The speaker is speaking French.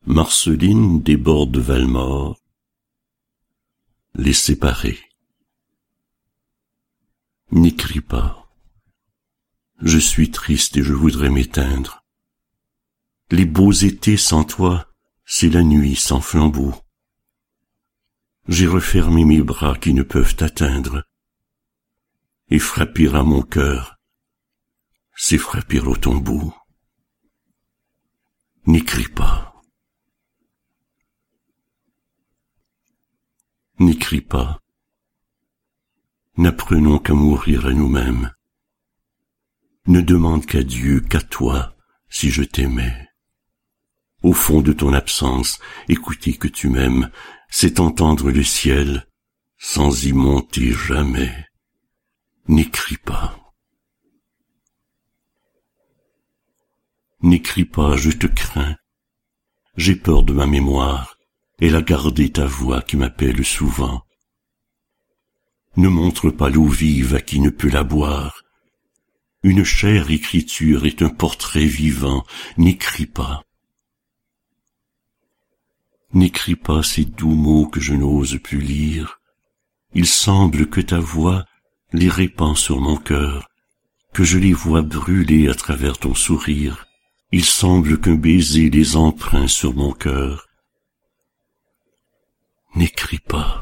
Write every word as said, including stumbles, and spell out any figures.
Marceline des bords de Valmore. Les séparés. N'écris pas. Je suis triste et je voudrais m'éteindre. Les beaux étés sans toi, c'est la nuit sans flambeau. J'ai refermé mes bras qui ne peuvent t'atteindre. Et frapper à mon cœur, c'est frapper au tombeau. N'écris pas. N'écris pas. N'apprenons qu'à mourir à nous-mêmes. Ne demande qu'à Dieu, qu'à toi, si je t'aimais. Au fond de ton absence, écouter que tu m'aimes, c'est entendre le ciel, sans y monter jamais. N'écris pas. N'écris pas, je te crains. J'ai peur de ma mémoire, elle a gardé ta voix qui m'appelle souvent. Ne montre pas l'eau vive à qui ne peut la boire. Une chère écriture est un portrait vivant, n'écris pas. N'écris pas ces doux mots que je n'ose plus lire. Il semble que ta voix les répand sur mon cœur, que je les vois brûler à travers ton sourire. Il semble qu'un baiser les empreint sur mon cœur. N'écris pas.